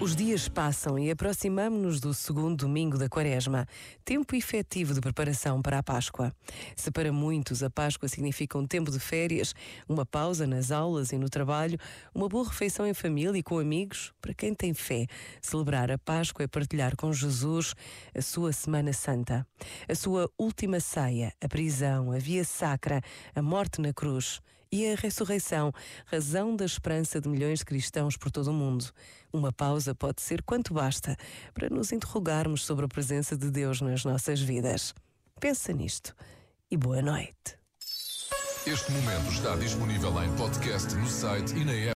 Os dias passam e aproximamo-nos do segundo domingo da Quaresma, tempo efetivo de preparação para a Páscoa. Se para muitos a Páscoa significa um tempo de férias, uma pausa nas aulas e no trabalho, uma boa refeição em família e com amigos, para quem tem fé, celebrar a Páscoa é partilhar com Jesus a sua Semana Santa, a sua última ceia, a prisão, a via sacra, a morte na cruz e a ressurreição, razão da esperança de milhões de cristãos por todo o mundo. Uma pausa pode ser quanto basta para nos interrogarmos sobre a presença de Deus nas nossas vidas. Pensa nisto e boa noite. Este momento está disponível em podcast no site e na app.